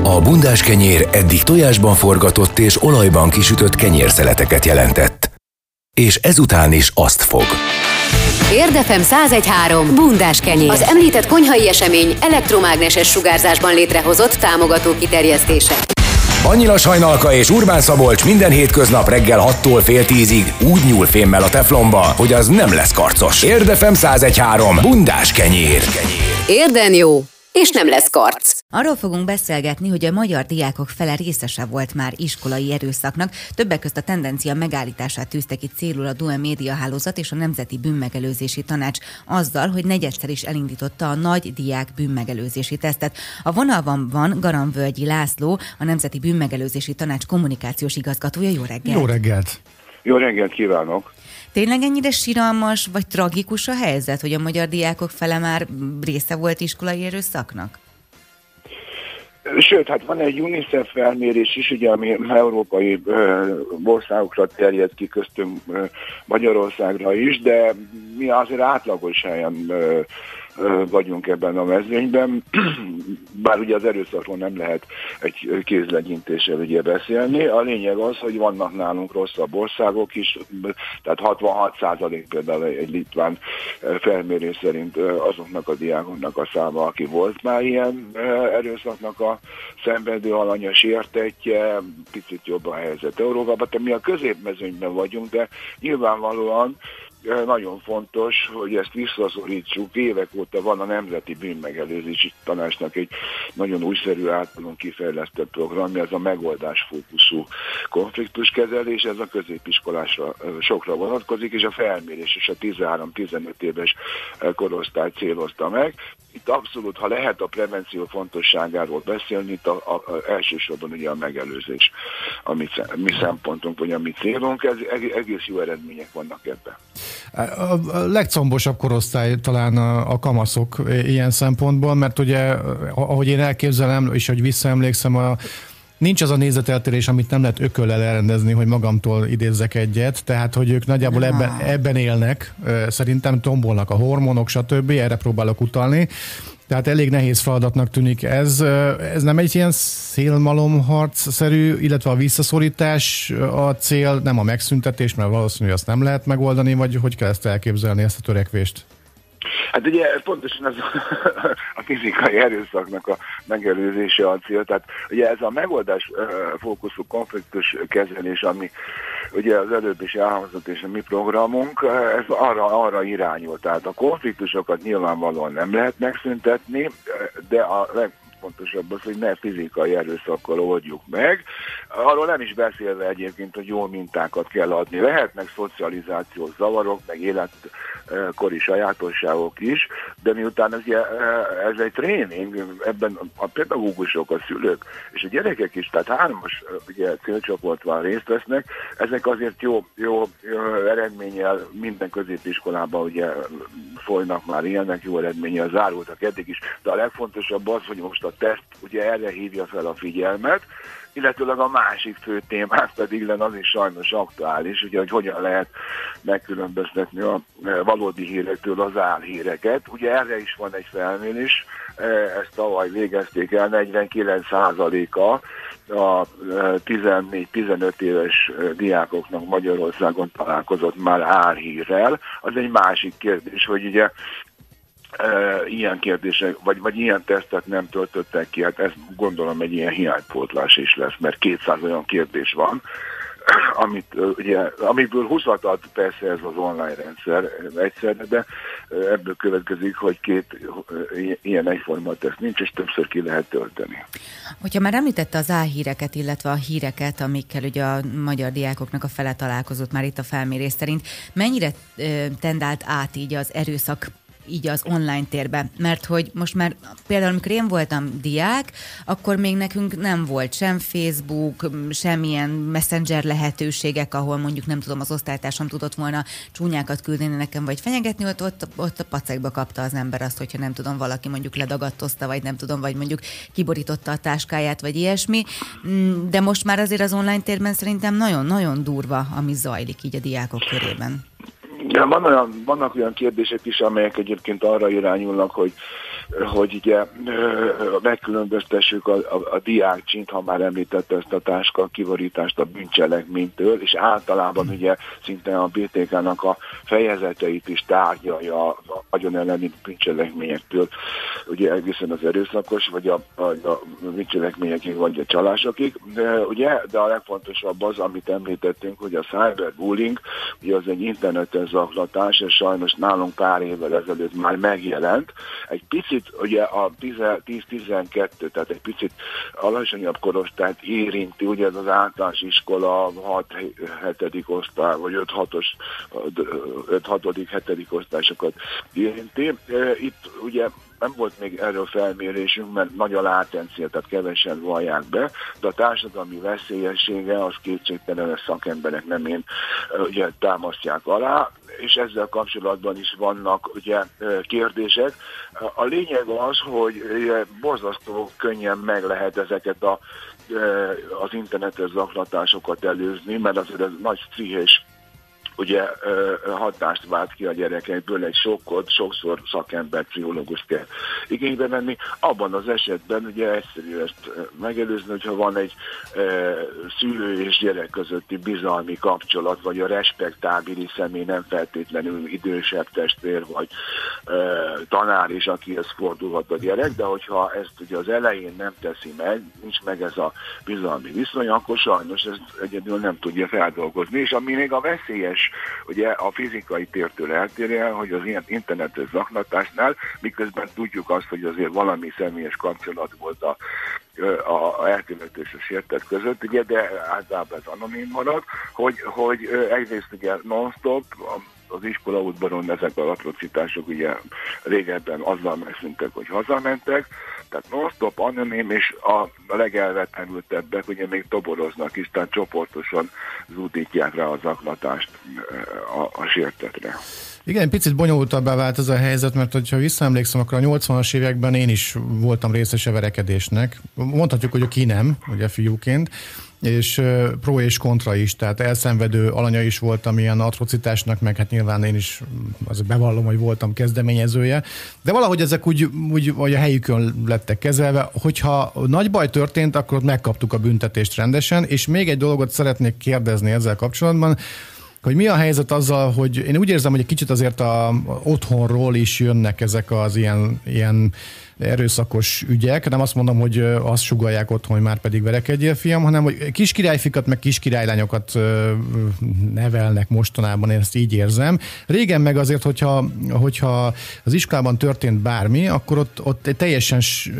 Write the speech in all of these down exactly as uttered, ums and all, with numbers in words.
A bundás kenyér eddig tojásban forgatott és olajban kisütött kenyérszeleteket jelentett. És ezután is azt fog. Érdefem száz egy három bundás kenyér. Az említett konyhai esemény elektromágneses sugárzásban létrehozott támogató kiterjesztése. Annyila Sajnalka és Urbán Szabolcs minden hétköznap reggel hattól fél tízig úgy nyúl fémmel a teflonba, hogy az nem lesz karcos. Érdefem száz egy három bundás kenyér. Érden jó, és nem lesz karc. Arról fogunk beszélgetni, hogy a magyar diákok fele részese volt már iskolai erőszaknak. Többek közt a tendencia megállítását tűzte ki célul a Due Média Hálózat és a Nemzeti Bűnmegelőzési Tanács azzal, hogy negyedszer is elindította a nagy diák bűnmegelőzési tesztet. A vonalban van Garamvölgyi László, a Nemzeti Bűnmegelőzési Tanács kommunikációs igazgatója. Jó reggelt! Jó reggelt! Jó reggelt kívánok! Tényleg ennyire siralmas vagy tragikus a helyzet, hogy a magyar diákok fele már része volt iskolai erőszaknak? Sőt, hát van egy UNICEF felmérés is, ugye, ami európai ö, országokra terjed ki, köztünk ö, Magyarországra is, de mi azért átlagos helyen ö, ö, vagyunk ebben a mezőnyben, bár ugye az erőszakról nem lehet egy kézlegyintéssel ugye beszélni. A lényeg az, hogy vannak nálunk rosszabb országok is, tehát hatvanhat százalék például egy litván felmérés szerint azoknak a diákoknak a száma, aki volt már ilyen erőszaknak a szenvedő alanya, sértettje, picit jobb a helyzet Európában, tehát mi a középmezőnyben vagyunk, de nyilvánvalóan nagyon fontos, hogy ezt visszaszorítsuk. Évek óta van a Nemzeti Bűnmegelőzési Tanácsnak egy nagyon újszerű általunk kifejlesztett programja, ez a megoldásfókuszú konfliktuskezelés, ez a középiskolásra sokra vonatkozik, és a felmérés és a tizenhárom-tizenöt éves korosztály célozta meg. Itt abszolút, ha lehet a prevenció fontosságáról beszélni, itt a, a, a elsősorban ugye a megelőzés a mi, mi szempontunk, vagy a mi célunk, ez egész jó eredmények vannak ebben. A legcombosabb korosztály talán a, a kamaszok ilyen szempontból, mert ugye, ahogy én elképzelem, és hogy visszaemlékszem, a, nincs az a nézeteltérés, amit nem lehet ököllel elrendezni, hogy magamtól idézzek egyet, tehát hogy ők nagyjából ebben, ebben élnek, szerintem tombolnak a hormonok, stb. Erre próbálok utalni. Tehát elég nehéz feladatnak tűnik ez. Ez nem egy ilyen szélmalomharc-szerű, illetve a visszaszorítás a cél, nem a megszüntetés, mert valószínű, hogy azt nem lehet megoldani, vagy hogy kell ezt elképzelni, ezt a törekvést? Hát ugye pontosan ez a fizikai erőszaknak a megelőzése a cél, tehát ugye ez a megoldás fókuszú konfliktus kezelés, ami ugye az előbb is elhangzott, és a mi programunk, ez arra, arra irányul, tehát a konfliktusokat nyilvánvalóan nem lehet megszüntetni, de a legfontosabb az, hogy ne fizikai erőszakkal oldjuk meg. Arról nem is beszélve egyébként, hogy jó mintákat kell adni. Lehetnek szocializációs zavarok, meg életkori sajátosságok is, de miután ez, ez egy tréning, ebben a pedagógusok, a szülők és a gyerekek is, tehát hármas ugye, célcsoportban részt vesznek, ezek azért jó, jó, jó eredménnyel minden középiskolában ugye folynak már ilyenek, jó eredménnyel zárultak eddig is, de a legfontosabb az, hogy most a teszt ugye erre hívja fel a figyelmet, illetőleg a másik fő témát pedig len az is sajnos aktuális, ugye, hogy hogyan lehet megkülönböztetni a valódi hírektől az álhíreket. Ugye erre is van egy felmérés, ezt tavaly végezték el, negyvenkilenc százaléka a tizennégy-tizenöt éves diákoknak Magyarországon találkozott már álhírrel. Az egy másik kérdés, hogy ugye Uh, ilyen kérdések, vagy, vagy ilyen tesztet nem töltöttek ki, hát ez gondolom egy ilyen hiánypótlás is lesz, mert kétszáz olyan kérdés van, amit, uh, ugye, amiből húszat ad persze ez az online rendszer egyszerre, de uh, ebből következik, hogy két uh, ilyen egyforma teszt nincs, és többször ki lehet tölteni. Hogyha már említette az álhíreket, illetve a híreket, amikkel ugye a magyar diákoknak a fele találkozott már itt a felmérés szerint, mennyire uh, tendált át így az erőszak így az online térbe, mert hogy most már például amikor én voltam diák, akkor még nekünk nem volt sem Facebook, semmilyen messenger lehetőségek, ahol mondjuk nem tudom, az osztálytársam tudott volna csúnyákat küldeni nekem, vagy fenyegetni, ott, ott, ott a pacekba kapta az ember azt, hogyha nem tudom, valaki mondjuk ledagadtozta, vagy nem tudom, vagy mondjuk kiborította a táskáját, vagy ilyesmi, de most már azért az online térben szerintem nagyon-nagyon durva, ami zajlik így a diákok körében. Ja, van olyan, vannak olyan kérdések is, amelyek egyébként arra irányulnak, hogy hogy ugye megkülönböztessük a, a, a diákcsint, ha már említette ezt a táska kivarítást a bűncselekménytől, és általában ugye szinte a bé té ká-nak a fejezeteit is tárgyalja a agyon elleni bűncselekményektől, ugye egészen az erőszakos, vagy a, a, a bűncselekményekig, vagy a csalásokig, de, ugye, de a legfontosabb az, amit említettünk, hogy a cyberbullying, ugye az egy internetes zaklatás, és sajnos nálunk pár évvel ezelőtt már megjelent. Egy picit, ugye a tíz-tizenkettő, tehát egy picit alacsonyabb korosztályt érinti, ugye az általános iskola hat-hetedik osztály, vagy öt-hatodik hetedik osztályokat érinti. Itt ugye nem volt még erről felmérésünk, mert nagy a látencia, tehát kevesen vallják be, de a társadalmi veszélyessége az kétségtelen, a szakemberek nem én ugye támasztják alá, és ezzel kapcsolatban is vannak ugye kérdések. A lényeg az, hogy borzasztó könnyen meg lehet ezeket a, az internetes zaklatásokat előzni, mert azért ez nagy pszichés ugye hatást vált ki a gyerekekből, egy sokkot, sokszor szakember, pszichológus kell igénybe venni. Abban az esetben ugye egyszerű ezt megelőzni, hogyha van egy e, szülő és gyerek közötti bizalmi kapcsolat, vagy a respektábili személy, nem feltétlenül idősebb testvér, vagy e, tanár is, akihez fordulhat a gyerek, de hogyha ezt ugye az elején nem teszi meg, nincs meg ez a bizalmi viszony, akkor sajnos ezt egyedül nem tudja feldolgozni, és ami még a veszélyes ugye a fizikai tértől eltérően, hogy az ilyen internetes zaklatásnál, miközben tudjuk azt, hogy azért valami személyes kapcsolat volt a, a, a elkövető és a sértett között, ugye, de általában ez anonim marad, hogy, hogy egyrészt ugye non-stop, az iskolaútban ezek a atrocitások ugye régebben azzal megszűntek, hogy hazamentek, tehát non-stop, anonim, és a legelvetemültebbek ugye még toboroznak is, tehát csoportosan zúdítják rá a zaklatást a, a sértetre. Igen, picit bonyolultabbá vált ez a helyzet, mert hogyha visszaemlékszem, akkor a nyolcvanas években én is voltam részese verekedésnek. Mondhatjuk, hogy ki nem, ugye fiúként, és pro és kontra is, tehát elszenvedő alanya is voltam ilyen atrocitásnak, meg hát nyilván én is azért bevallom, hogy voltam kezdeményezője, de valahogy ezek úgy, úgy vagy a helyükön lettek kezelve, hogyha nagy baj történt, akkor megkaptuk a büntetést rendesen, és még egy dolgot szeretnék kérdezni ezzel kapcsolatban, hogy mi a helyzet azzal, hogy én úgy érzem, hogy egy kicsit azért a, a otthonról is jönnek ezek az ilyen, ilyen erőszakos ügyek. Nem azt mondom, hogy azt sugallják otthon, hogy már pedig verekedjél, fiam, hanem hogy kiskirályfikat meg kiskirálylányokat nevelnek mostanában, én ezt így érzem. Régen meg azért, hogyha, hogyha az iskolában történt bármi, akkor ott, ott egy teljesen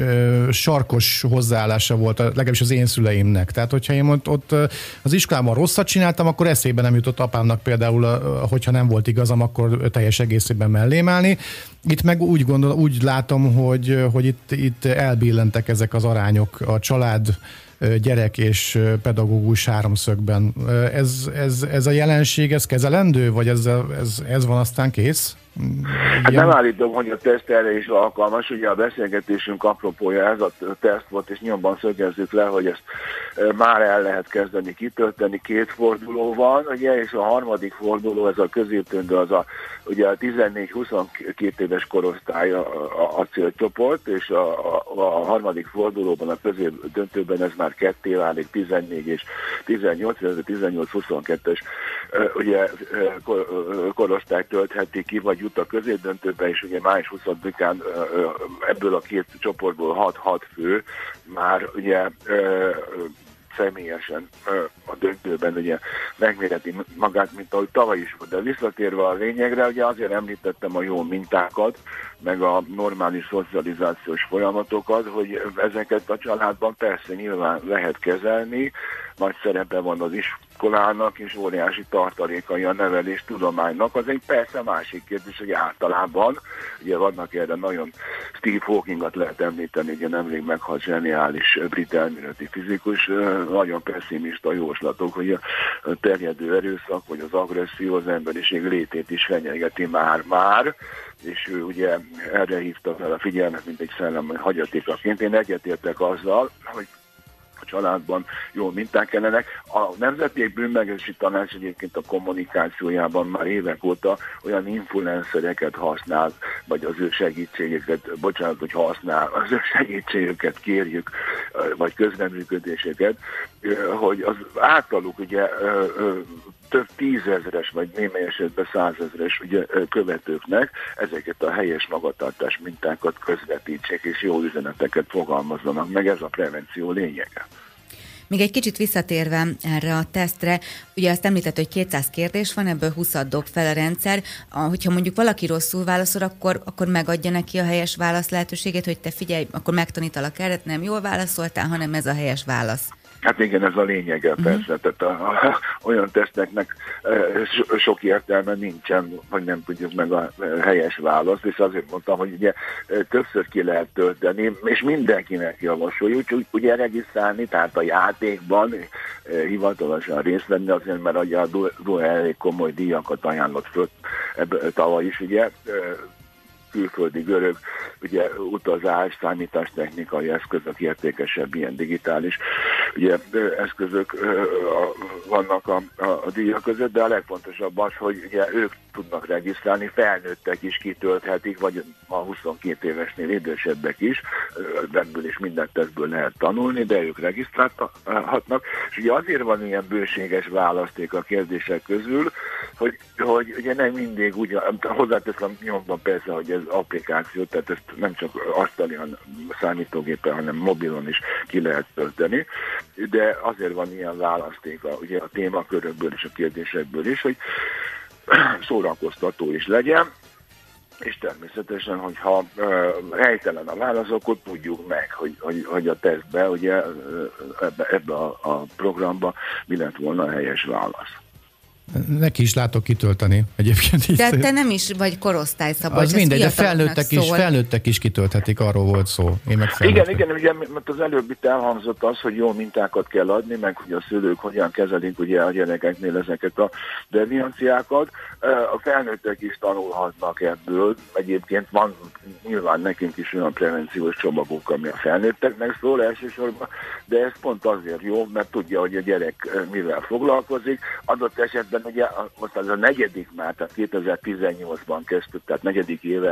sarkos hozzáállása volt, legalábbis az én szüleimnek. Tehát, hogyha én ott, ott az iskolában rosszat csináltam, akkor eszébe nem jutott apámnak például, hogyha nem volt igazam, akkor teljes egészében mellém állni. Itt meg úgy gondolom, úgy látom, hogy, hogy itt, itt elbillentek ezek az arányok a család, gyerek és pedagógus háromszögben. Ez, ez, ez a jelenség, ez kezelendő, vagy ez, ez, ez van aztán kész? Hát nem állítom, hogy a teszt erre is alkalmas, ugye a beszélgetésünk apropója ez a teszt volt, és nyomban szögezzük le, hogy ezt már el lehet kezdeni kitölteni, két forduló van, ugye, és a harmadik forduló, ez a középdöntő, az a, ugye a tizennégy-huszonkettő éves korosztály a, a, a célcsoport, és a, a, a harmadik fordulóban, a középdöntőben ez már ketté válik, tizennégy és tizennyolc, ez a tizennyolc-huszonkettes ugye korosztály töltheti ki, vagy jut a középdöntőbe, és ugye május huszadikán ebből a két csoportból hat-hat fő már ugye személyesen a döntőben ugye megmérheti magát, mint ahogy tavaly is volt. De visszatérve a lényegre, ugye azért említettem a jó mintákat, meg a normális szocializációs folyamatokat, hogy ezeket a családban persze nyilván lehet kezelni, nagy szerepe van az iskolának, és óriási tartalékai a nevelés tudománynak. Az egy persze másik kérdés, hogy általában, ugye vannak erre nagyon, Steve Hawkingot lehet említeni, ugye nemrég meghalt zseniális brit elméleti fizikus, nagyon pessimista jóslatok, hogy a terjedő erőszak, vagy az agresszió az emberiség létét is fenyegeti már-már, és ő ugye erre hívta fel a figyelmet, mint egy szellem hagyatékaként. Én egyetértek azzal, hogy családban jó minták kellenek. A Nemzeti Bűnmegelőzési Tanács egyébként a kommunikációjában már évek óta olyan influencereket használ, vagy az ő segítségeket, bocsánat, hogy használ, az ő segítségeket kérjük, vagy közreműködéseket, hogy az általuk ugye több tízezres, vagy némely esetben százezres ugye, követőknek ezeket a helyes magatartás mintákat közvetítsék, és jó üzeneteket fogalmazzanak meg, ez a prevenció lényege. Még egy kicsit visszatérve erre a tesztre, ugye azt említett, hogy kétszáz kérdés van, ebből húszat dob fel a rendszer. Hogyha mondjuk valaki rosszul válaszol, akkor, akkor megadja neki a helyes válasz lehetőséget, hogy te figyelj, akkor megtanítalak erre, nem jól válaszoltál, hanem ez a helyes válasz. Hát igen, ez a lényege, uh-huh. persze. Tehát a, a, olyan teszteknek e, sok értelme nincsen, hogy nem tudjuk meg a helyes választ, és azért mondtam, hogy ugye többször ki lehet tölteni, és mindenkinek javasoljuk, úgy, ugye regisztrálni, tehát a játékban e, hivatalosan részt venni, azért, mert ugye a due elég komoly díjakat ajánlott föl ebből tavaly is, ugye, e, külföldi, görög, ugye utazás, számítástechnikai eszközök, értékesebb ilyen digitális ugye, eszközök vannak a, a, a díjak között, de a legfontosabb az, hogy ugye ők tudnak regisztrálni, felnőttek is kitölthetik, vagy a huszonkét évesnél idősebbek is, ebből is minden tesztből lehet tanulni, de ők regisztrálhatnak, és ugye azért van ilyen bőséges választék a kérdések közül, hogy, hogy ugye nem mindig ugyan, hozzáteszem nyomban persze, hogy ez applikáció, tehát ezt nem csak asztali, hanem számítógépen, hanem mobilon is ki lehet tölteni, de azért van ilyen választék a, ugye a témakörökből és a kérdésekből is, hogy szórakoztató is legyen, és természetesen, hogyha uh, helytelen a válasz, akkor tudjuk meg, hogy, hogy, hogy a tesztbe, ugye ebbe, ebbe a, a programba mi lett volna a helyes válasz. Neki is látok kitölteni egyébként. De te nem is vagy korosztályszabad. Az mindegy, de felnőttek is, felnőttek is kitölthetik, arról volt szó. Én meg igen, igen, ugye, mert az előbb itt elhangzott az, hogy jó mintákat kell adni, meg hogy a szülők hogyan kezelik ugye a gyerekeknél ezeket a devianciákat. A felnőttek is tanulhatnak ebből. Egyébként van nyilván nekünk is olyan prevenciós csomagunk, ami a felnőtteknek szól elsősorban, de ez pont azért jó, mert tudja, hogy a gyerek mivel foglalkozik. Adott esetben ugye most az a negyedik már, tehát kétezer-tizennyolcban kezdtük, tehát negyedik éve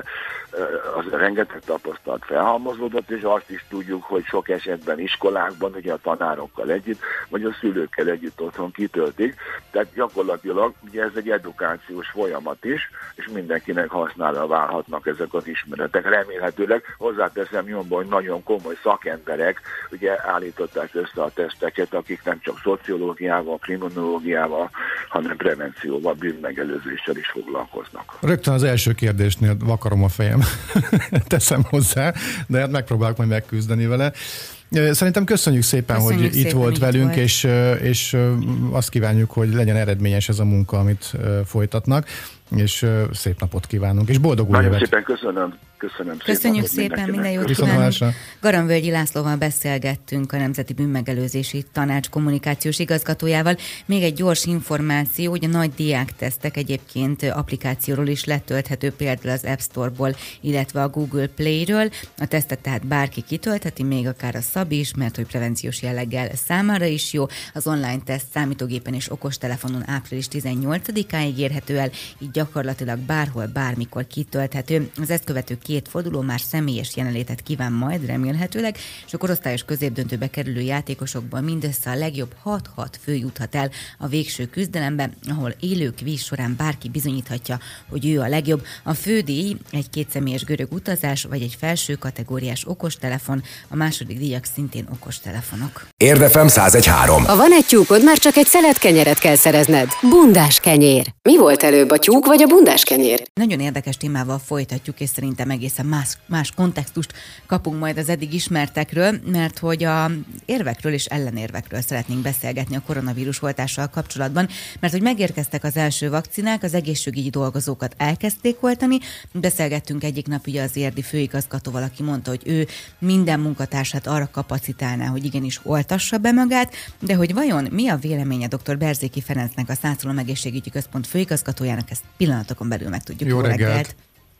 az rengeteg tapasztalat felhalmozódott, és azt is tudjuk, hogy sok esetben iskolákban, ugye a tanárokkal együtt, vagy a szülőkkel együtt otthon kitöltik, tehát gyakorlatilag ugye ez egy edukációs folyamat is, és mindenkinek hasznára válhatnak ezek az ismeretek. Remélhetőleg hozzáteszem nyomban, hogy nagyon komoly szakemberek ugye állították össze a teszteket, akik nem csak szociológiával, kriminológiával, hanem prevencióval, bűnmegelőzéssel is foglalkoznak. Rögtön az első kérdésnél vakarom a fejem, teszem hozzá, de hát megpróbálok majd megküzdeni vele. Szerintem köszönjük szépen, köszönjük hogy szépen, itt volt velünk, volt. És, és azt kívánjuk, hogy legyen eredményes ez a munka, amit folytatnak, és szép napot kívánunk, és boldog új évet! Nagyon szépen köszönöm! Köszönöm Köszönjük szépen, szépen minden jót kívánunk. Garamvölgyi Lászlóval beszélgettünk, a Nemzeti Bűnmegelőzési Tanács kommunikációs igazgatójával. Még egy gyors információ, hogy a nagy diáktesztek egyébként applikációról is letölthető, például az App Store-ból, illetve a Google Play-ről. A tesztet tehát bárki kitöltheti, még akár a Szabi is, mert hogy prevenciós jelleggel számára is jó. Az online teszt számítógépen és okostelefonon április tizennyolcadikáig érhető el, így gyakorlatilag bárhol, bármikor kitölthető. Az ezt követő két forduló már személyes jelenlétet kíván majd remélhetőleg, és a korosztályos középdöntőbe kerülő játékosokból mindössze a legjobb hat-hat fő juthat el a végső küzdelembe, ahol élő kvíz során bárki bizonyíthatja, hogy ő a legjobb. A fődíj egy kétszemélyes görög utazás, vagy egy felső kategóriás okostelefon, a második díjak szintén okostelefonok. Érdefem száz egy három. Ha van egy tyúkod, már csak egy szelet kenyeret kell szerezned. Bundás kenyér. Mi volt előbb, a tyúk vagy a bundás kenyér? Nagyon érdekes témával folytatjuk, és szerintem egészen más, más kontextust kapunk majd az eddig ismertekről, mert hogy a érvekről és ellenérvekről szeretnénk beszélgetni a koronavírus oltással kapcsolatban, mert hogy megérkeztek az első vakcinák, az egészségügyi dolgozókat elkezdték oltani. Beszélgettünk egyik nap ugye az érdi főigazgatóval, aki mondta, hogy ő minden munkatársát arra kapacitálná, hogy igenis oltassa be magát, de hogy vajon mi a véleménye dr. Berzéki Ferencnek, a Szászolom Egészségügyi Központ főigazgatójának, ezt pillanatokon belül meg tudjuk. Jó reggelt!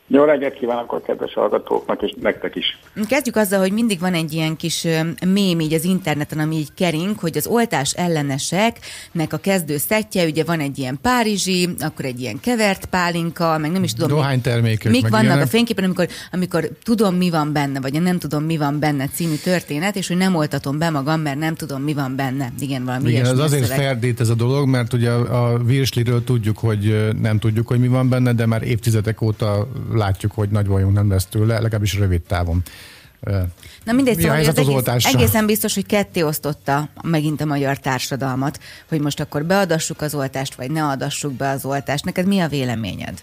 Jó reggelt kívánok a kedves hallgatóknak, és nektek is. Kezdjük azzal, hogy mindig van egy ilyen kis mém így az interneten, ami így kering, hogy az oltás elleneseknek a kezdő szettje, ugye van egy ilyen párizsi, akkor egy ilyen kevert pálinka, meg nem is tudom, dohánytermékek, mik vannak ilyenek. a fényképen, amikor, amikor tudom, mi van benne, vagy nem tudom, mi van benne című történet, és hogy nem oltatom be magam, mert nem tudom, mi van benne. Igen, valami Igen, ez azért szöveg. ferdít ez a dolog, mert ugye a, a virsliről tudjuk, hogy nem tudjuk, hogy mi van benne, de már évtizedek óta látjuk, hogy nagy bajunk nem lesz tőle, legalábbis rövid távon. Na mindegy, szóval az, az az egész, egészen biztos, hogy ketté osztotta megint a magyar társadalmat, hogy most akkor beadassuk az oltást, vagy ne adassuk be az oltást. Neked mi a véleményed?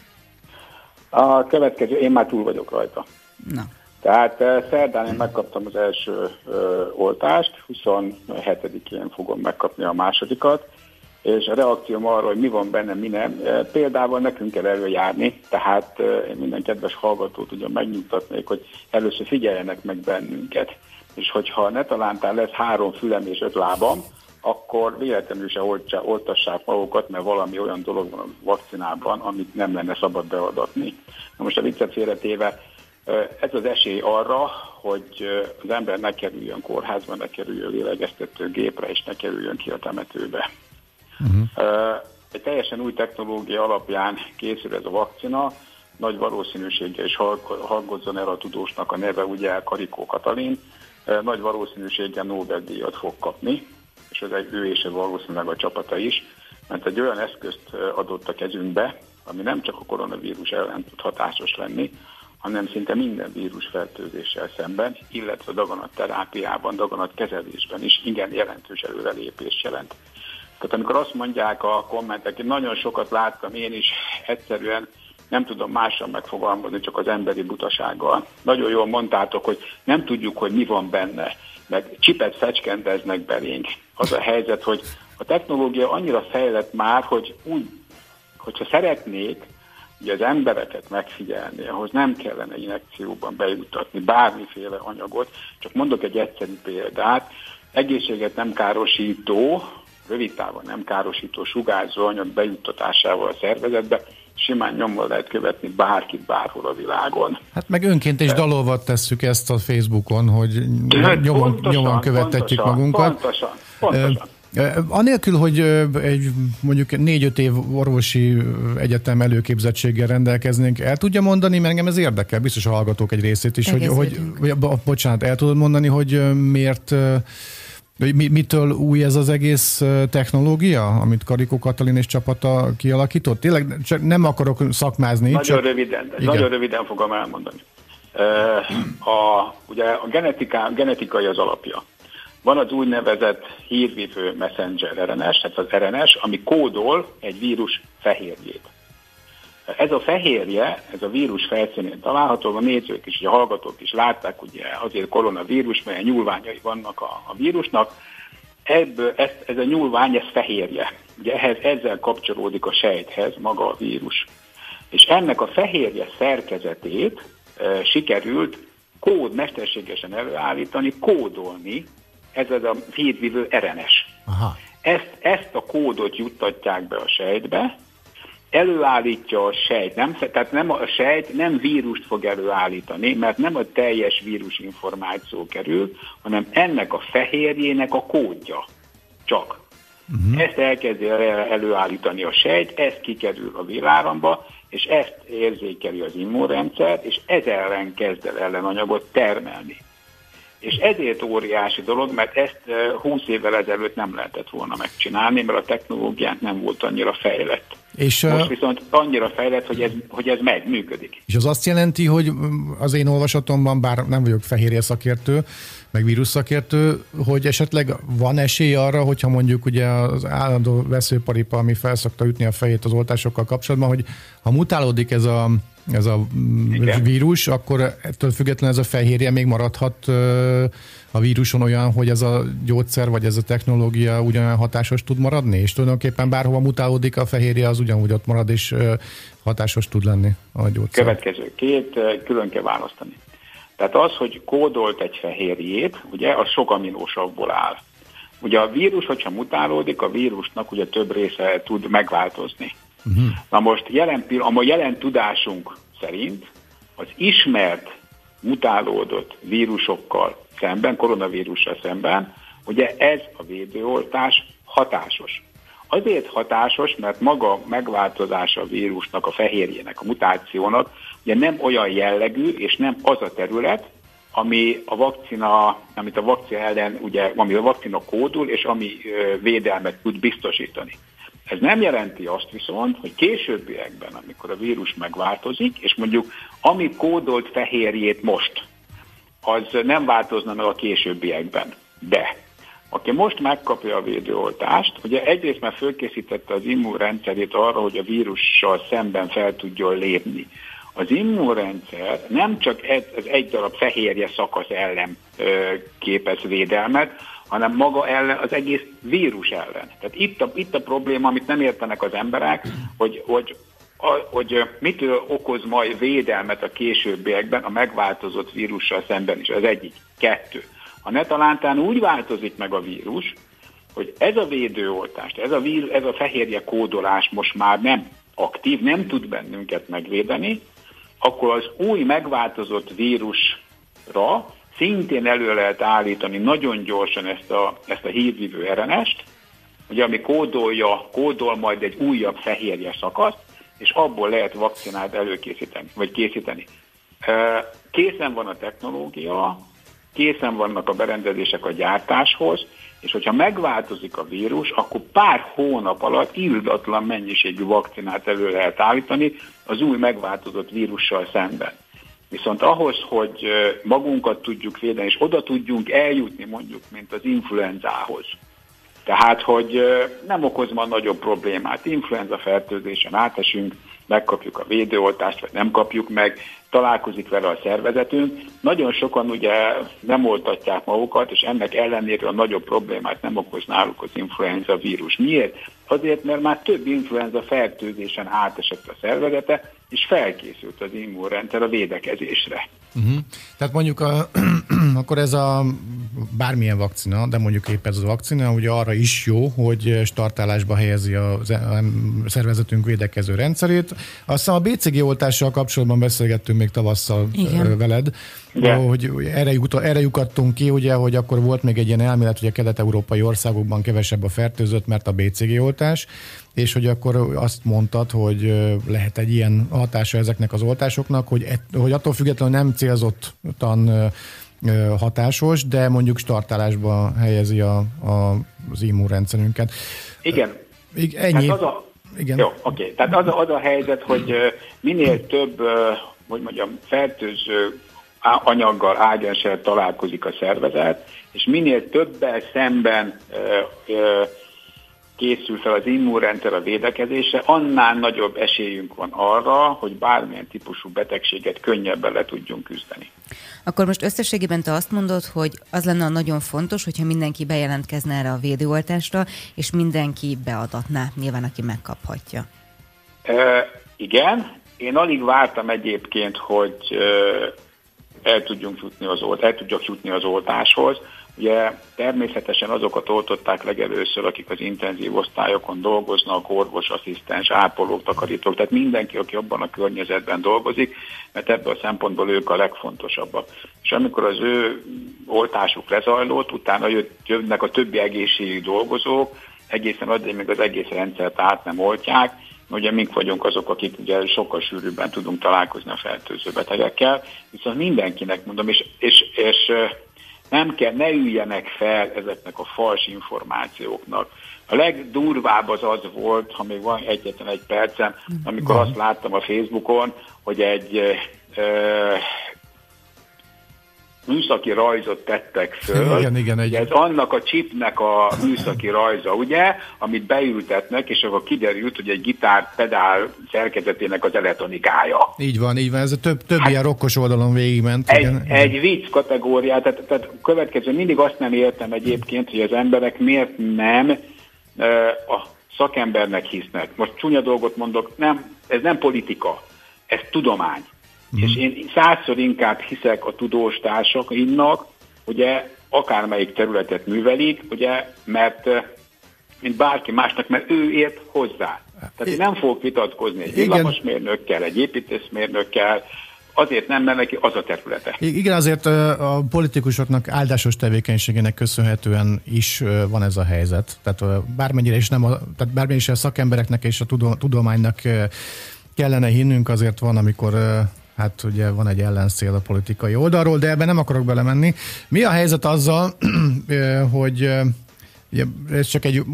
A következő, én már túl vagyok rajta. Na. Tehát szerdán én megkaptam az első ö, oltást, huszonhetedikén fogom megkapni a másodikat, és a reakcióm arra, hogy mi van benne, mi nem. Példával nekünk kell előjárni, tehát én minden kedves hallgatót ugyan megnyugtatnék, hogy először figyeljenek meg bennünket. És hogyha netalántán lesz három fülem és öt lábam, akkor véletlenül se oltassák magukat, mert valami olyan dolog van a vakcinában, amit nem lenne szabad beadatni. Na most a viccet félretéve, ez az esély arra, hogy az ember ne kerüljön kórházba, ne kerüljön lélegeztetőgépre, és ne kerüljön ki a temetőbe. Uh-huh. Egy teljesen új technológia alapján készül ez a vakcina, nagy valószínűséggel is hallgozzon el a tudósnak a neve, ugye Karikó Katalin, nagy valószínűséggel Nobel-díjat fog kapni, és ez egy ő és ez valószínűleg a csapata is, mert egy olyan eszközt adott a kezünkbe, ami nem csak a koronavírus ellen tud hatásos lenni, hanem szinte minden vírusfertőzéssel szemben, illetve daganatterápiában, daganatkezelésben is igen jelentős előrelépést jelent. Tehát amikor azt mondják a kommentek, hogy nagyon sokat láttam én is, egyszerűen nem tudom mással megfogalmazni, csak az emberi butasággal. Nagyon jól mondtátok, hogy nem tudjuk, hogy mi van benne, meg csipet fecskendeznek belénk. Az a helyzet, hogy a technológia annyira fejlett már, hogy úgy, hogyha szeretnék ugye az embereket megfigyelni, ahhoz nem kellene injekcióban bejuttatni bármiféle anyagot, csak mondok egy egyszerű példát, egészséget nem károsító, rövid távon nem károsító sugárzó anyag bejuttatásával a szervezetbe simán nyomval lehet követni bárkit bárhol a világon. Hát meg önként és dalolva tesszük ezt a Facebookon, hogy nyomon, pontosan, nyomon követtetjük pontosan, magunkat. Pontosan, pontosan. Anélkül, hogy egy mondjuk négy-öt év orvosi egyetem előképzettséggel rendelkeznénk, el tudja mondani, mert engem ez érdekel, biztos a hallgatók egy részét is, hogy, hogy, hogy, bocsánat, el tudod mondani, hogy miért, mitől új ez az egész technológia, amit Karikó Katalin és csapata kialakított? Tényleg csak nem akarok szakmázni. Nagyon csak... röviden, nagyon röviden fogom elmondani. A, ugye a genetika, genetikai az alapja. Van az úgynevezett hírvívő messenger er en es, tehát az er en es, ami kódol egy vírus fehérjét. Ez a fehérje, ez a vírus felszínén található, a nézők is, a hallgatók is látták, ugye azért koronavírus, melyen nyúlványai vannak a, a vírusnak. Ebből ez, ez a nyúlvány, ez fehérje. Ugye ehhez, ezzel kapcsolódik a sejthez maga a vírus. És ennek a fehérje szerkezetét e, sikerült kód mesterségesen előállítani, kódolni, ez az a hírvívő er en es. Aha. Ezt, ezt a kódot juttatják be a sejtbe, előállítja a sejt, nem, tehát nem a sejt nem vírust fog előállítani, mert nem a teljes vírusinformáció kerül, hanem ennek a fehérjének a kódja csak. Uh-huh. Ezt elkezdi előállítani a sejt, ez kikerül a véráramba, és ezt érzékeli az immunrendszer, és ez ellen kezd el ellenanyagot termelni. És ezért óriási dolog, mert ezt húsz évvel ezelőtt nem lehetett volna megcsinálni, mert a technológiánk nem volt annyira fejlett. És most viszont annyira fejlett, hogy ez, hogy ez megy, működik. És az azt jelenti, hogy az én olvasatomban, bár nem vagyok fehérje szakértő, meg vírus szakértő, hogy esetleg van esély arra, hogyha mondjuk ugye az állandó veszőparipa, ami felszokta ütni a fejét az oltásokkal kapcsolatban, hogy ha mutálódik ez a ez a igen. vírus, akkor ettől függetlenül ez a fehérje még maradhat a víruson olyan, hogy ez a gyógyszer vagy ez a technológia ugyanolyan hatásos tud maradni, és tulajdonképpen bárhova mutálódik a fehérje, az ugyanúgy ott marad, és hatásos tud lenni a gyógyszer. Következő, két külön kell választani. Tehát az, hogy kódolt egy fehérjét, ugye, az sok aminósavból áll. Ugye a vírus, hogyha mutálódik, a vírusnak ugye több része tud megváltozni. Uh-huh. Na most jelen, a jelen tudásunk szerint az ismert mutálódott vírusokkal szemben, koronavírussal szemben, ugye ez a védőoltás hatásos. Azért hatásos, mert maga megváltozása a vírusnak, a fehérjének, a mutációnak ugye nem olyan jellegű, és nem az a terület, ami a vakcina, amit a vakcina ellen, ugye, ami a vakcina kódul, és ami ö, védelmet tud biztosítani. Ez nem jelenti azt viszont, hogy későbbiekben, amikor a vírus megváltozik, és mondjuk ami kódolt fehérjét most, az nem változna meg a későbbiekben. De aki most megkapja a védőoltást, ugye egyrészt már fölkészítette az immunrendszerét arra, hogy a vírussal szemben fel tudjon lépni. Az immunrendszer nem csak ez, ez egy darab fehérje szakasz ellen ö, képez védelmet, hanem maga ellen, az egész vírus ellen. Tehát itt a, itt a probléma, amit nem értenek az emberek, hogy, hogy, a, hogy mitől okoz majd védelmet a későbbiekben a megváltozott vírussal szemben is. Az egyik. Kettő. A netalántán úgy változik meg a vírus, hogy ez a védőoltást, ez a, vír, ez a fehérje kódolás most már nem aktív, nem tud bennünket megvédeni, akkor az új megváltozott vírusra szintén elő lehet állítani nagyon gyorsan ezt a, ezt a hívvívő er en est, ugye, ami kódolja, kódol majd egy újabb fehérje szakaszt, és abból lehet vakcinát előkészíteni, vagy készíteni. Készen van a technológia, készen vannak a berendezések a gyártáshoz, és hogyha megváltozik a vírus, akkor pár hónap alatt irdatlan mennyiségű vakcinát elő lehet állítani az új megváltozott vírussal szemben. Viszont ahhoz, hogy magunkat tudjuk védeni, és oda tudjunk eljutni mondjuk, mint az influenzához. Tehát, hogy nem okoz ma nagyobb problémát. Influenza fertőzésen átesünk, megkapjuk a védőoltást, vagy nem kapjuk meg, találkozik vele a szervezetünk. Nagyon sokan ugye nem oltatják magukat, és ennek ellenére a nagyobb problémát nem okoz náluk az influenza vírus. Miért? Azért, mert már több influenza fertőzésen átesett a szervezete, és felkészült az immunrendszer a védekezésre. Uh-huh. Tehát mondjuk a, akkor ez a bármilyen vakcina, de mondjuk épp ez a vakcina, ugye arra is jó, hogy startálásba helyezi a szervezetünk védekező rendszerét. Aztán a bé cé gé oltással kapcsolatban beszélgettünk még tavasszal Igen. veled, de. hogy erre, jut, erre lyukadtunk ki, ugye, hogy akkor volt még egy ilyen elmélet, hogy a kelet-európai országokban kevesebb a fertőzött, mert a bé cé gé oltás, és hogy akkor azt mondtad, hogy lehet egy ilyen hatása ezeknek az oltásoknak, hogy, et, hogy attól függetlenül nem célzottan hatásos, de mondjuk startálásba helyezi a, a, az immunrendszerünket. Igen. Ennyi. Az a, Igen. Jó, oké. Tehát az a, az a helyzet, hogy minél több, hogy mondjam, fertőző anyaggal, ágenssel találkozik a szervezet, és minél többel szemben ö, ö, készül fel az immunrendszer a védekezésre, annál nagyobb esélyünk van arra, hogy bármilyen típusú betegséget könnyebben le tudjunk küzdeni. Akkor most összességében te azt mondod, hogy az lenne nagyon fontos, hogyha mindenki bejelentkezne erre a védőoltásra, és mindenki beadatná, nyilván aki megkaphatja. E, igen, én alig vártam egyébként, hogy el tudjunk jutni az, olt, el tudjak jutni az oltáshoz. Ugye természetesen azokat oltották legelőször, akik az intenzív osztályokon dolgoznak, orvos, asszisztens, ápolók, takarítók, tehát mindenki, aki abban a környezetben dolgozik, mert ebből a szempontból ők a legfontosabbak. És amikor az ő oltásuk lezajlott, utána jönnek a többi egészségügyi dolgozók, egészen addig még az egész rendszert át nem oltják. Ugye mink vagyunk azok, akik ugye sokkal sűrűbben tudunk találkozni a fertőző betegekkel, viszont mindenkinek mondom, és, és, és nem kell, ne üljenek fel ezeknek a fals információknak. A legdurvább az az volt, ha még van egyetlen egy percem, amikor azt láttam a Facebookon, hogy egy ö, műszaki rajzot tettek föl. Igen, igen, egy... Ez annak a chipnek a műszaki rajza, ugye, amit beültetnek, és akkor kiderült, hogy egy gitár pedál szerkezetének az elektronikája. Így van, így van, ez a több, több hát, ilyen rokkos oldalon végigment. Egy, igen, egy igen. vicc kategóriát, tehát, tehát következő, mindig azt nem értem egyébként, hogy az emberek miért nem uh, a szakembernek hisznek. Most csúnya dolgot mondok, nem, ez nem politika, ez tudomány. Mm. És én százszor inkább hiszek a tudós társaknak, ugye, akármelyik területet művelik, ugye, mert mint bárki másnak, mert ő ért hozzá. Tehát én nem fogok vitatkozni egy villamosmérnökkel, egy építészmérnökkel, azért nem, mert neki az a területe. Igen, azért a politikusoknak áldásos tevékenységének köszönhetően is van ez a helyzet. Tehát bármennyire is nem a, tehát bármennyire is a szakembereknek és a tudománynak kellene hinnünk, azért van, amikor hát ugye van egy ellenszél a politikai oldalról, de ebben nem akarok belemenni. Mi a helyzet azzal, hogy ez csak egy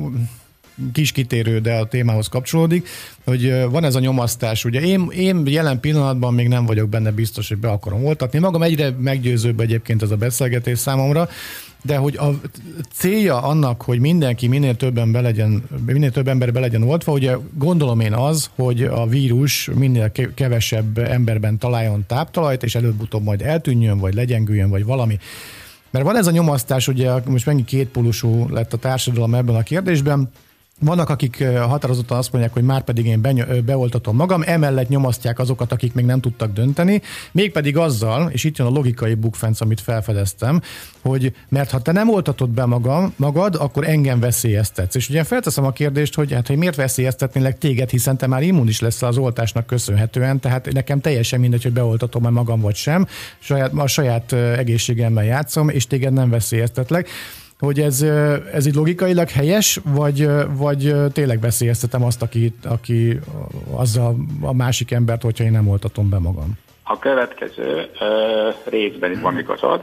kis kitérő, de a témához kapcsolódik, hogy van ez a nyomasztás. Ugye én, én jelen pillanatban még nem vagyok benne biztos, hogy be akarom oltatni. Magam egyre meggyőzőbb egyébként ez a beszélgetés számomra, de hogy a célja annak, hogy mindenki minél többen be legyen, minél több ember be legyen oltva, ugye gondolom én az, hogy a vírus minél kevesebb emberben találjon táptalajt, és előbb-utóbb majd eltűnjön, vagy legyengüljön, vagy valami. Mert van ez a nyomasztás, ugye most megint kétpólusú lett a társadalom ebben a kérdésben. Vannak, akik határozottan azt mondják, hogy már pedig én beoltatom magam, emellett nyomasztják azokat, akik még nem tudtak dönteni, mégpedig azzal, és itt jön a logikai bukfenc, amit felfedeztem, hogy mert ha te nem oltatod be magam, magad, akkor engem veszélyeztetsz. És ugye felteszem a kérdést, hogy hát, hogy miért veszélyeztetnélek téged, hiszen te már immunis leszel az oltásnak köszönhetően, tehát nekem teljesen mindegy, hogy beoltatom-e magam vagy sem, saját, a saját egészségemmel játszom, és téged nem veszélyeztetlek. Hogy ez, ez így logikailag helyes, vagy, vagy tényleg veszélyeztetem azt, aki, aki az a, a másik embert, hogyha én nem oltatom be magam? A következő uh, részben itt van igazad, uh,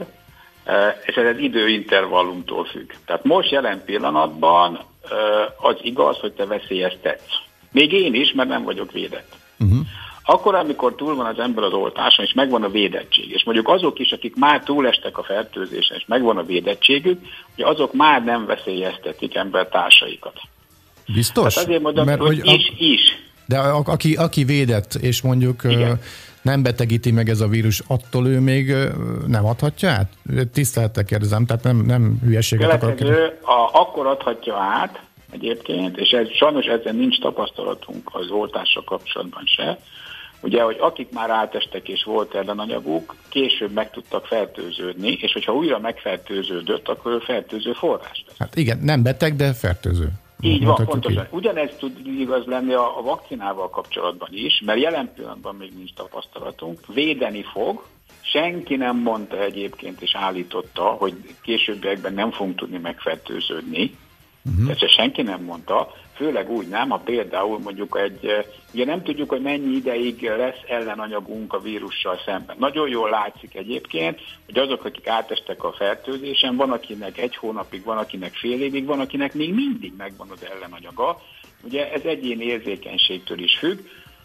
és ez az időintervallumtól függ. Tehát most jelen pillanatban uh, az igaz, hogy te veszélyeztetsz. Még én is, mert nem vagyok védett. Uh-huh. Akkor, amikor túl van az ember az oltáson, és megvan a védettség, és mondjuk azok is, akik már túlestek a fertőzésen, és megvan a védettségük, hogy azok már nem veszélyeztetik embertársaikat. Biztos? Tehát azért mondom, mert, hogy, hogy is, a... is. De a, aki, aki védett, és mondjuk Igen. nem betegíti meg ez a vírus, attól ő még nem adhatja át? Tisztelettel kérdezem, tehát nem, nem hülyeséget akarok. A, akkor adhatja át egyébként, és ez, sajnos ezzel nincs tapasztalatunk az oltással kapcsolatban se, ugye, hogy akik már átestek és volt ellenanyaguk, később meg tudtak fertőződni, és hogyha újra megfertőződött, akkor ő fertőző forrás lesz. Hát igen, nem beteg, de fertőző. Így van, pontosan. Így. Ugyanez tud igaz lenni a, a vakcinával kapcsolatban is, mert jelen pillanatban még nincs tapasztalatunk. Védeni fog, senki nem mondta egyébként és állította, hogy későbbiekben nem fogunk tudni megfertőződni. Uh-huh. Ezt senki nem mondta, főleg úgy nem, ha például mondjuk egy, ugye nem tudjuk, hogy mennyi ideig lesz ellenanyagunk a vírussal szemben. Nagyon jól látszik egyébként, hogy azok, akik átestek a fertőzésen, van akinek egy hónapig, van akinek fél évig, van akinek még mindig megvan az ellenanyaga. Ugye ez egyéni érzékenységtől is függ.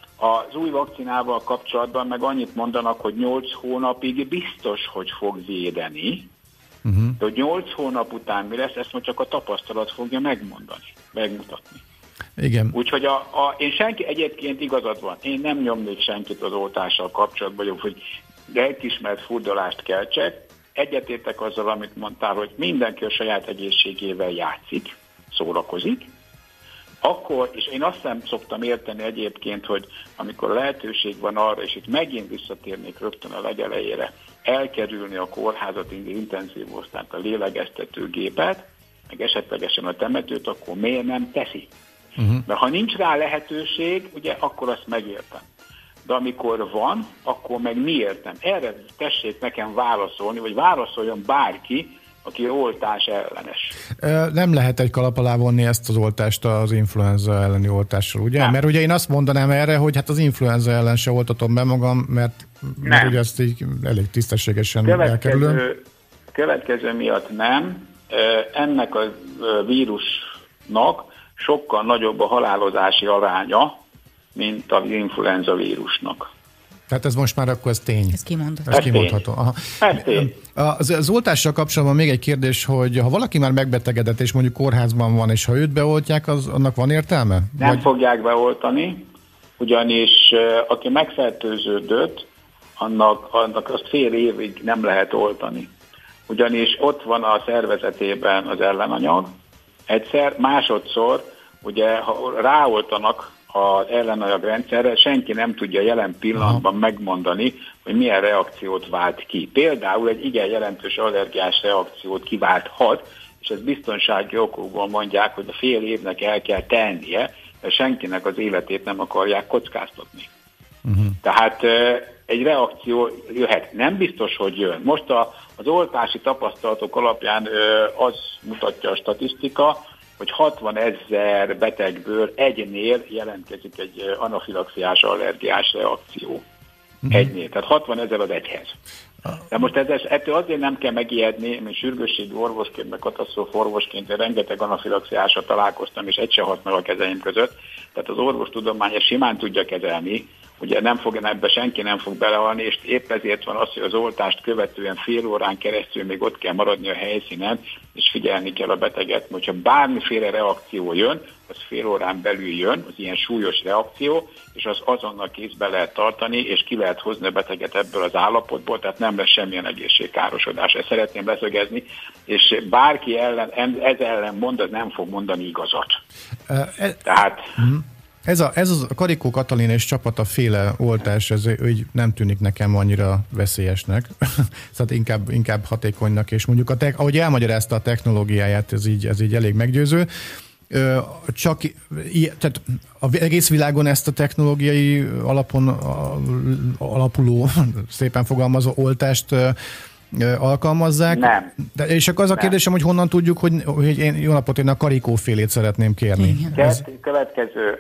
Az új vakcinával kapcsolatban meg annyit mondanak, hogy nyolc hónapig biztos, hogy fog védeni. Uh-huh. De hogy nyolc hónap után mi lesz, ezt most csak a tapasztalat fogja megmondani, megmutatni. Igen. Úgyhogy a, a, én senki, egyébként igazad van, én nem nyomnék senkit az oltással kapcsolatban, hogy lelkiismert furdalást keltsek. Egyetértek azzal, amit mondtál, hogy mindenki a saját egészségével játszik, szórakozik. Akkor, és én azt nem szoktam érteni egyébként, hogy amikor lehetőség van arra, és itt megint visszatérnék rögtön a legelejére, elkerülni a kórházat, intenzív osztályt, a lélegeztetőgépet, meg esetlegesen a temetőt, akkor miért nem teszi? Uh-huh. Mert ha nincs rá lehetőség, ugye, akkor azt megértem. De amikor van, akkor meg miért nem? Erre tessék nekem válaszolni, vagy válaszoljon bárki, aki oltás ellenes. Nem lehet egy kalap alá vonni ezt az oltást az influenza elleni oltással, ugye? Nem. Mert ugye én azt mondanám erre, hogy hát az influenza ellen se oltatom be magam, mert, mert ugye ezt így elég tisztességesen elkerülöm. Következő miatt nem. Ennek a vírusnak sokkal nagyobb a halálozási aránya, mint az influenza vírusnak. Tehát ez most már akkor ez tény. Ez kimondható. Ez kimondható. Aha. Ez tény. Az, az oltással kapcsolatban még egy kérdés, hogy ha valaki már megbetegedett, és mondjuk kórházban van, és ha őt beoltják, az, annak van értelme? Nem Vagy... fogják beoltani, ugyanis aki megfertőződött, annak, annak azt fél évig nem lehet oltani. Ugyanis ott van a szervezetében az ellenanyag, egyszer, másodszor, ugye, ha ráoltanak az ellenanyagrendszerre, senki nem tudja jelen pillanatban Aha. megmondani, hogy milyen reakciót vált ki. Például egy igen jelentős allergiás reakciót kiválthat, és ez biztonsági okokból mondják, hogy a fél évnek el kell tennie, de senkinek az életét nem akarják kockáztatni. Uh-huh. Tehát egy reakció jöhet. Nem biztos, hogy jön. Most a, az oltási tapasztalatok alapján az mutatja a statisztika, hogy hatvan ezer betegből egynél jelentkezik egy anafilaxiás allergiás reakció. Mm-hmm. Egynél. Tehát hatvan ezer az egyhez. De most ez, ettől azért nem kell megijedni, mint sürgősségi orvosként, meg katasztrófa orvosként, rengeteg anafilaxiással találkoztam, és egy se hat meg a kezeim között. Tehát az orvostudomány ezt simán tudja kezelni, ugye nem fog, ebbe senki nem fog belehalni, és épp ezért van az, hogy az oltást követően fél órán keresztül még ott kell maradni a helyszínen, és figyelni kell a beteget. Hogyha bármiféle reakció jön, az fél órán belül jön, az ilyen súlyos reakció, és az azonnal kézbe lehet tartani, és ki lehet hozni a beteget ebből az állapotból, tehát nem lesz semmilyen egészségkárosodás. Ezt szeretném leszögezni, és bárki ellen, ez ellen mond, az nem fog mondani igazat. Uh, e- tehát... Uh-huh. Ez a, ez a Karikó Katalin és csapata féle oltás, ez úgy nem tűnik nekem annyira veszélyesnek, szóval inkább, inkább hatékonynak, és mondjuk a te, ahogy elmagyarázta a technológiáját, ez így, ez így elég meggyőző. Csak, tehát az egész világon ezt a technológiai alapon alapuló, szépen fogalmazó oltást alkalmazzák. Nem. De, és akkor az a kérdésem, hogy honnan tudjuk, hogy, hogy én jó napot, én a Karikó félét szeretném kérni. Ez... Következő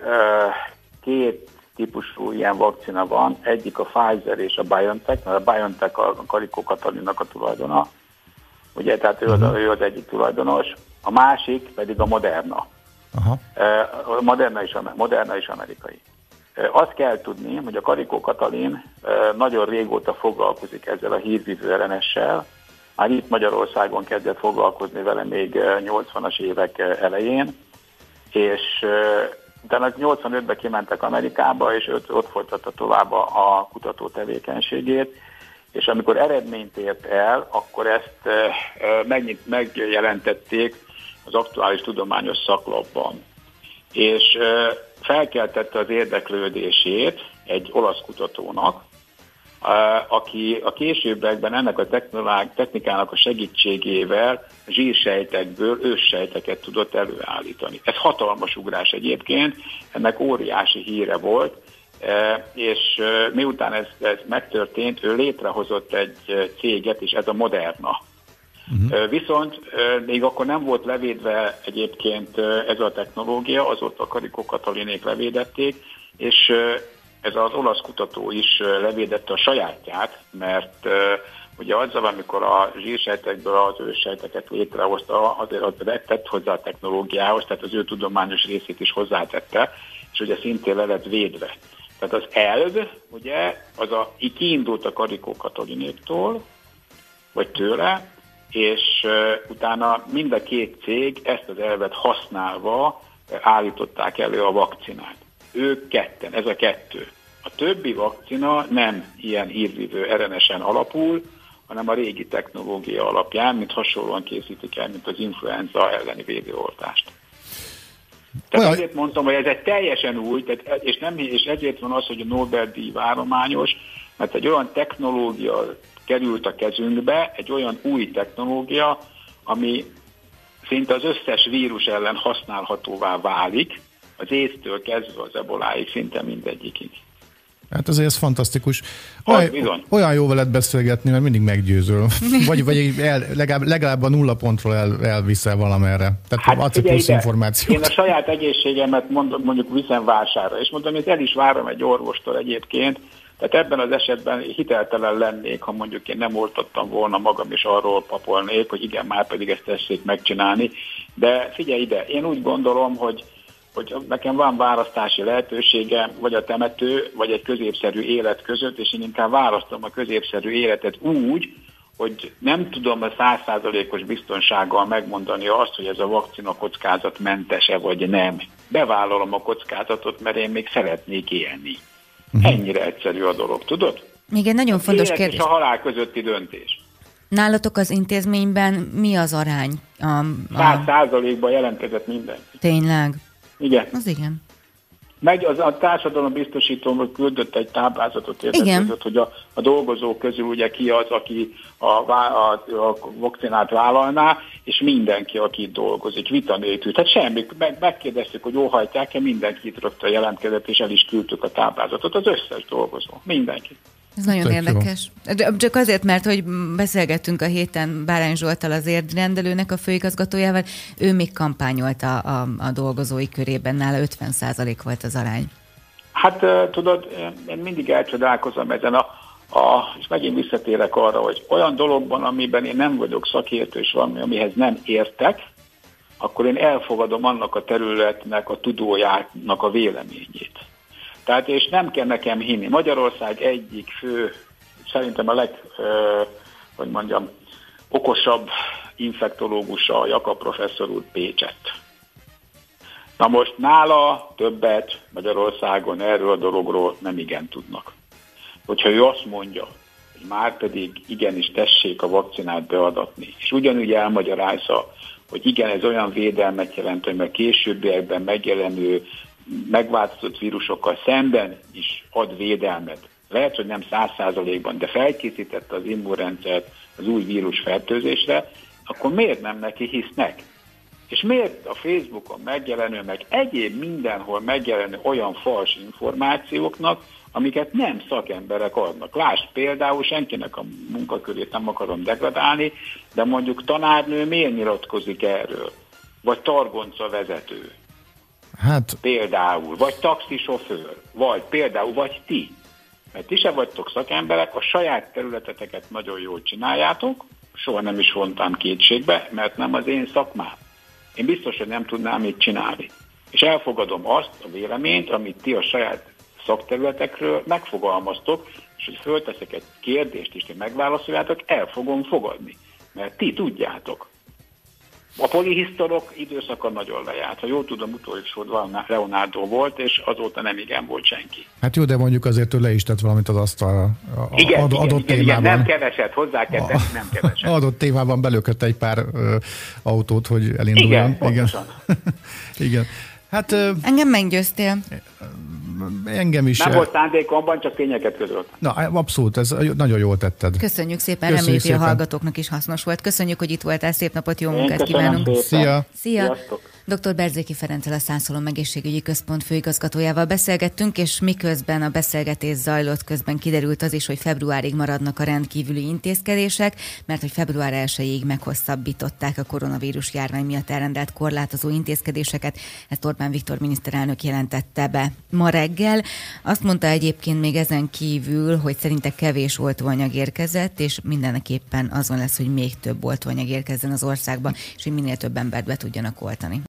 két típusú ilyen vakcina van, egyik a Pfizer és a BioNTech, mert a BioNTech a Karikó Katalinnak a tulajdona, ugye, tehát ő az, uh-huh. ő az egyik tulajdonos, a másik pedig a Moderna. Aha. A Moderna is, Moderna is amerikai. Azt kell tudni, hogy a Karikó Katalin nagyon régóta foglalkozik ezzel a hírvívő er en es-sel, már itt Magyarországon kezdett foglalkozni vele még nyolcvanas évek elején, és utána nyolcvanötben kimentek Amerikába, és ott folytatta tovább a kutató tevékenységét, és amikor eredményt ért el, akkor ezt megnyit, megjelentették az aktuális tudományos szaklapban. És felkeltette az érdeklődését egy olasz kutatónak, aki a későbbekben ennek a technikának a segítségével zsírsejtekből őssejteket tudott előállítani. Ez hatalmas ugrás egyébként, ennek óriási híre volt, és miután ez, ez megtörtént, ő létrehozott egy céget, és ez a Moderna. Uh-huh. Viszont még akkor nem volt levédve egyébként ez a technológia, azóta a Karikó Katalinék levédették, és ez az olasz kutató is levédette a sajátját, mert ugye azzal, amikor a zsírsejtekből az őssejteket létrehozta, azért az tett hozzá a technológiához, tehát az ő tudományos részét is hozzátette, és ugye szintén le lett védve. Tehát az elv, ugye, az a, így kiindult a Karikó Katalinéktól, vagy tőle, és uh, utána mind a két cég ezt az elvet használva állították elő a vakcinát. Ők ketten, ez a kettő. A többi vakcina nem ilyen hírvívő er en es-en alapul, hanem a régi technológia alapján, mint hasonlóan készítik el, mint az influenza elleni védőoltást. Tehát Olyan... ezért mondtam, hogy ez egy teljesen új, tehát, és, nem, és ezért van az, hogy a Nobel-díj várományos, mert egy olyan technológia került a kezünkbe, egy olyan új technológia, ami szinte az összes vírus ellen használhatóvá válik, az észtől kezdve az eboláig, szinte mindegyikig. Hát azért ez fantasztikus. Olyan, olyan jó veled beszélgetni, mert mindig meggyőzöl. Vagy, vagy el, legalább, legalább a nulla pontról el, elviszel valamerre. Tehát hát adsz plusz információt. Én a saját egészségemet mondom, mondjuk viszem vására, és mondom, hogy el is várom egy orvostól egyébként. Tehát ebben az esetben hiteltelen lennék, ha mondjuk én nem oltattam volna magam, és arról papolnék, hogy igen, már pedig ezt tessék megcsinálni. De figyelj ide, én úgy gondolom, hogy hogy nekem van választási lehetőségem, vagy a temető, vagy egy középszerű élet között, és én inkább választom a középszerű életet úgy, hogy nem tudom a száz százalékos biztonsággal megmondani azt, hogy ez a vakcina kockázatmentese, vagy nem. Bevállalom a kockázatot, mert én még szeretnék élni. Uh-huh. Ennyire egyszerű a dolog, tudod? Még egy nagyon fontos élet kérdés. És a halál közötti döntés. Nálatok az intézményben mi az arány? Száz százalékban jelentkezett mindenki. Tényleg? Igen. Az igen. Meg az a társadalombiztosító küldött egy táblázatot érdeklődött, hogy a, a dolgozók közül ugye ki az, aki a, a, a vakcinát vállalná, és mindenki, aki itt dolgozik, vita nélkül. Tehát semmi, meg, megkérdeztük, hogy óhajtják-e, mindenki itt rögtön jelentkezett, és el is küldtük a táblázatot, az összes dolgozó, mindenki. Ez nagyon Tök érdekes. Jó. Csak azért, mert hogy beszélgettünk a héten Bárány Zsolttal, az érdrendelőnek a főigazgatójával, ő még kampányolt a, a, a dolgozói körében, nála ötven százalék volt az arány. Hát tudod, én mindig elcsodálkozom ezen, a, a, és megint visszatérek arra, hogy olyan dologban, amiben én nem vagyok szakértő, és valami, amihez nem értek, akkor én elfogadom annak a területnek a tudójának a véleményét. Tehát, és nem kell nekem hinni. Magyarország egyik fő, szerintem a leg, hogy mondjam, okosabb infektológusa, a Jakab professzor úr Pécsett. Na most nála többet Magyarországon erről a dologról nem igen tudnak. Hogyha ő azt mondja, hogy már pedig igenis tessék a vakcinát beadatni, és ugyanúgy elmagyarázza, hogy igen, ez olyan védelmet jelent, hogy a későbbiekben megjelenő megváltozott vírusokkal szemben is ad védelmet. Lehet, hogy nem száz százalékban, de felkészítette az immunrendszert az új vírus fertőzésre, akkor miért nem neki hisznek? És miért a Facebookon megjelenő, meg egyéb mindenhol megjelenő olyan fals információknak, amiket nem szakemberek adnak. Lásd például, senkinek a munkakörét nem akarom degradálni, de mondjuk tanárnő miért nyilatkozik erről? Vagy targonca vezető. Hát... Például, vagy taxisofőr, vagy például, vagy ti. Mert ti se vagytok szakemberek, a saját területeteket nagyon jól csináljátok, soha nem is vontám kétségbe, mert nem az én szakmám. Én biztos, hogy nem tudnám mit csinálni. És elfogadom azt a véleményt, amit ti a saját szakterületekről megfogalmaztok, és hogy fölteszek egy kérdést, és ti megválaszoljátok, el fogom fogadni. Mert ti tudjátok. A polihisztorok időszaka nagyon lejárt. Ha jól tudom, utolsó Leonardo volt, és azóta nem igen volt senki. Hát jó, de mondjuk azért ő le is tett valamit az asztalra. Igen, ad, igen, adott igen, témában. igen, nem keveset, hozzá kell tenni, nem keveset. Adott témában belökött egy pár ö, autót, hogy elinduljon. Igen, pontosan. Igen. Igen. Hát, ö, engem meggyőztél. Engem is. Nem volt szándékomban, csak tényeket közöltem. Na, abszolút, ez nagyon jól tetted. Köszönjük szépen, Köszönjük reméljük, hogy a szépen. hallgatóknak is hasznos volt. Köszönjük, hogy itt voltál, szép napot, jó Én munkát köszönöm kívánunk. szépen. Szia! Szia! Sziasztok. doktor Berzéki Ferenccel, a Szászolom Egészségügyi Központ főigazgatójával beszélgettünk, és miközben a beszélgetés zajlott, közben kiderült az is, hogy februárig maradnak a rendkívüli intézkedések, mert hogy február elsejéig meghosszabbították a koronavírus járvány miatt elrendelt korlátozó intézkedéseket. Ezt Orbán Viktor miniszterelnök jelentette be ma reggel. Azt mondta egyébként még ezen kívül, hogy szerinte kevés oltóanyag érkezett, és mindenképpen azon lesz, hogy még több oltóanyag érkezzen az országba, és hogy minél több embert be tudjanak oltani.